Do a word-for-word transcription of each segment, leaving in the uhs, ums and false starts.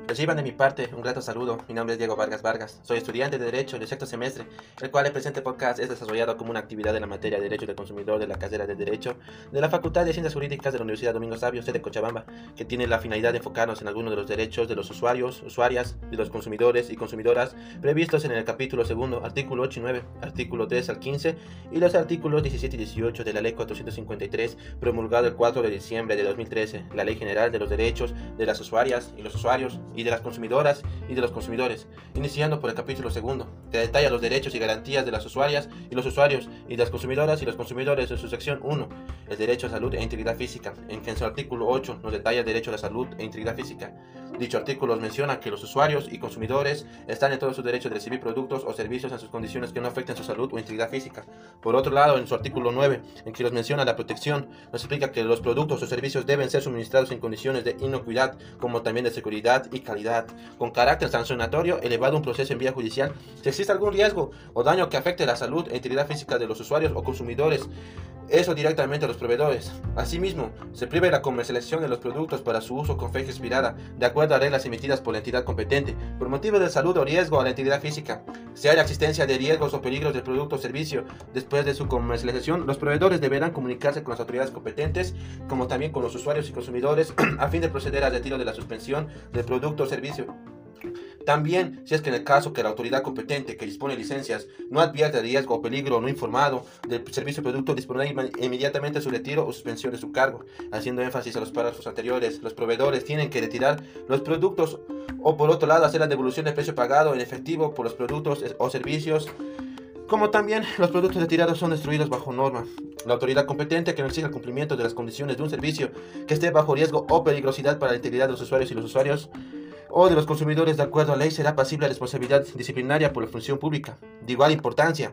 Reciban de mi parte un grato saludo. Mi nombre es Diego Vargas Vargas. Soy estudiante de Derecho del sexto semestre, el cual el presente podcast es desarrollado como una actividad de la materia de Derecho del Consumidor de la carrera de Derecho de la Facultad de Ciencias Jurídicas de la Universidad Domingo Sabio, sede Cochabamba, que tiene la finalidad de enfocarnos en algunos de los derechos de los usuarios, usuarias, de los consumidores y consumidoras previstos en el capítulo segundo, artículo ocho y nueve, artículo tres al quince y los artículos diecisiete y dieciocho de la Ley cuatrocientos cincuenta y tres, promulgado el cuatro de diciembre de dos mil trece, la Ley General de los Derechos de las Usuarias y los Usuarios y de las consumidoras y de los consumidores, iniciando por el capítulo segundo, que detalla los derechos y garantías de las usuarias y los usuarios y de las consumidoras y los consumidores en su sección uno, el derecho a salud e integridad física, en que en su artículo ocho nos detalla el derecho a la salud e integridad física. Dicho artículo menciona que los usuarios y consumidores están en todo su derecho de recibir productos o servicios en sus condiciones que no afecten su salud o integridad física. Por otro lado, en su artículo nueve, en que nos menciona la protección, nos explica que los productos o servicios deben ser suministrados en condiciones de inocuidad, como también de seguridad y calidad, con carácter sancionatorio elevado un proceso en vía judicial si existe algún riesgo o daño que afecte la salud e integridad física de los usuarios o consumidores, eso directamente a los proveedores. Asimismo, se prohíbe la comercialización de los productos para su uso con fecha expirada, de acuerdo a reglas emitidas por la entidad competente, por motivo de salud o riesgo a la integridad física. Si hay la existencia de riesgos o peligros del producto o servicio después de su comercialización, los proveedores deberán comunicarse con las autoridades competentes, como también con los usuarios y consumidores, a fin de proceder al retiro de la suspensión del producto o servicio. También, si es que en el caso que la autoridad competente que dispone de licencias no advierte de riesgo o peligro no informado del servicio o producto, dispondrá inmediatamente su retiro o suspensión de su cargo. Haciendo énfasis a los párrafos anteriores, los proveedores tienen que retirar los productos o, por otro lado, hacer la devolución del precio pagado en efectivo por los productos o servicios, como también los productos retirados son destruidos bajo norma. La autoridad competente que no exija el cumplimiento de las condiciones de un servicio que esté bajo riesgo o peligrosidad para la integridad de los usuarios y los usuarios o de los consumidores de acuerdo a la ley será pasible de responsabilidad disciplinaria por la función pública. De igual importancia,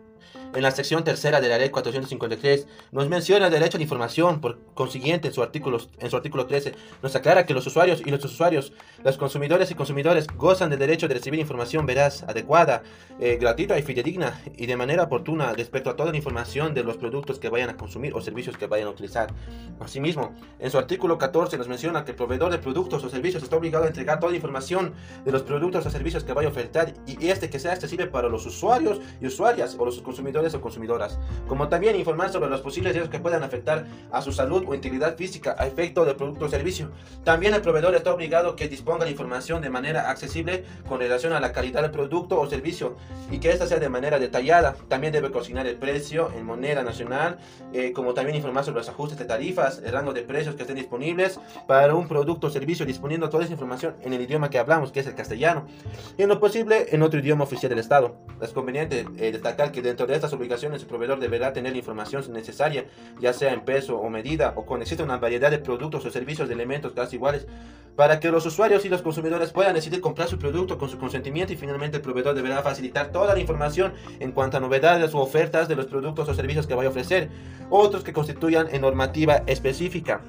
en la sección tercera de la Ley cuatrocientos cincuenta y tres nos menciona el derecho a la información. Por consiguiente, en su artículo, en su artículo trece nos aclara que los usuarios y los usuarios, los consumidores y consumidores gozan del derecho de recibir información veraz, adecuada, eh, gratuita y fidedigna y de manera oportuna respecto a toda la información de los productos que vayan a consumir o servicios que vayan a utilizar. Asimismo, en su artículo catorce nos menciona que el proveedor de productos o servicios está obligado a entregar toda la información de los productos o servicios que vaya a ofertar y este que sea accesible para los usuarios y usuarias o los consumidores o consumidoras, como también informar sobre los posibles riesgos que puedan afectar a su salud o integridad física a efecto del producto o servicio. También el proveedor está obligado a que disponga de información de manera accesible con relación a la calidad del producto o servicio y que ésta sea de manera detallada. También debe consignar el precio en moneda nacional, eh, como también informar sobre los ajustes de tarifas, el rango de precios que estén disponibles para un producto o servicio, disponiendo toda esa información en el idioma que hablamos, que es el castellano, y en lo posible en otro idioma oficial del Estado. Es conveniente eh, destacar que dentro de estas obligaciones el proveedor deberá tener la información necesaria, ya sea en peso o medida, o cuando existe una variedad de productos o servicios de elementos casi iguales, para que los usuarios y los consumidores puedan decidir comprar su producto con su consentimiento. Y finalmente el proveedor deberá facilitar toda la información en cuanto a novedades u ofertas de los productos o servicios que vaya a ofrecer, otros que constituyan en normativa específica.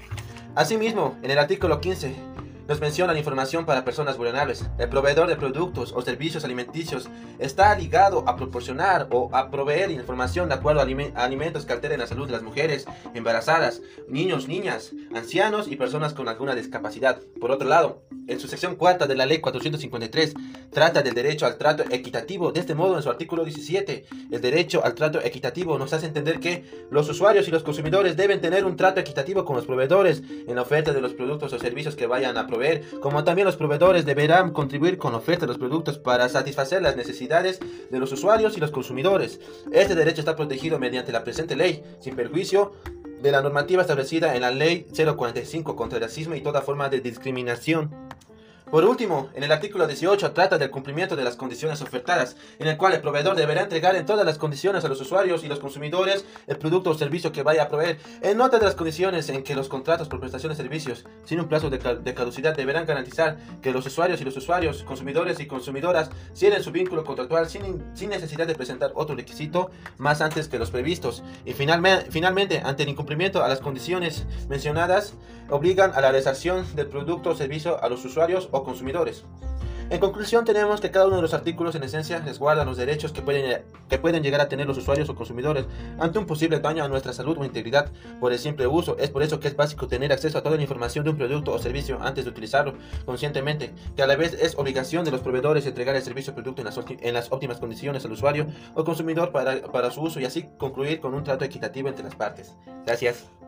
Asimismo, en el artículo quince nos menciona la información para personas vulnerables. El proveedor de productos o servicios alimenticios está ligado a proporcionar o a proveer información de acuerdo a alimentos que alteren la salud de las mujeres embarazadas, niños, niñas, ancianos y personas con alguna discapacidad. Por otro lado, en su sección cuarta de la Ley cuatrocientos cincuenta y tres trata del derecho al trato equitativo. De este modo, en su artículo diecisiete, el derecho al trato equitativo nos hace entender que los usuarios y los consumidores deben tener un trato equitativo con los proveedores en la oferta de los productos o servicios que vayan a proveer, como también los proveedores deberán contribuir con la oferta de los productos para satisfacer las necesidades de los usuarios y los consumidores. Este derecho está protegido mediante la presente ley, sin perjuicio de la normativa establecida en la Ley cero cuarenta y cinco contra el racismo y toda forma de discriminación. Por último, en el artículo dieciocho trata del cumplimiento de las condiciones ofertadas, en el cual el proveedor deberá entregar en todas las condiciones a los usuarios y los consumidores el producto o servicio que vaya a proveer. En nota de las condiciones en que los contratos por prestación de servicios sin un plazo de, de caducidad deberán garantizar que los usuarios y los usuarios, consumidores y consumidoras cierren su vínculo contractual sin, sin necesidad de presentar otro requisito más antes que los previstos. Y finalmente, finalmente, ante el incumplimiento a las condiciones mencionadas, obligan a la realización del producto o servicio a los usuarios o consumidores. En conclusión, tenemos que cada uno de los artículos en esencia resguardan los derechos que pueden, que pueden llegar a tener los usuarios o consumidores ante un posible daño a nuestra salud o integridad por el simple uso. Es por eso que es básico tener acceso a toda la información de un producto o servicio antes de utilizarlo conscientemente, que a la vez es obligación de los proveedores entregar el servicio o producto en las, en las óptimas condiciones al usuario o consumidor para, para su uso y así concluir con un trato equitativo entre las partes. Gracias.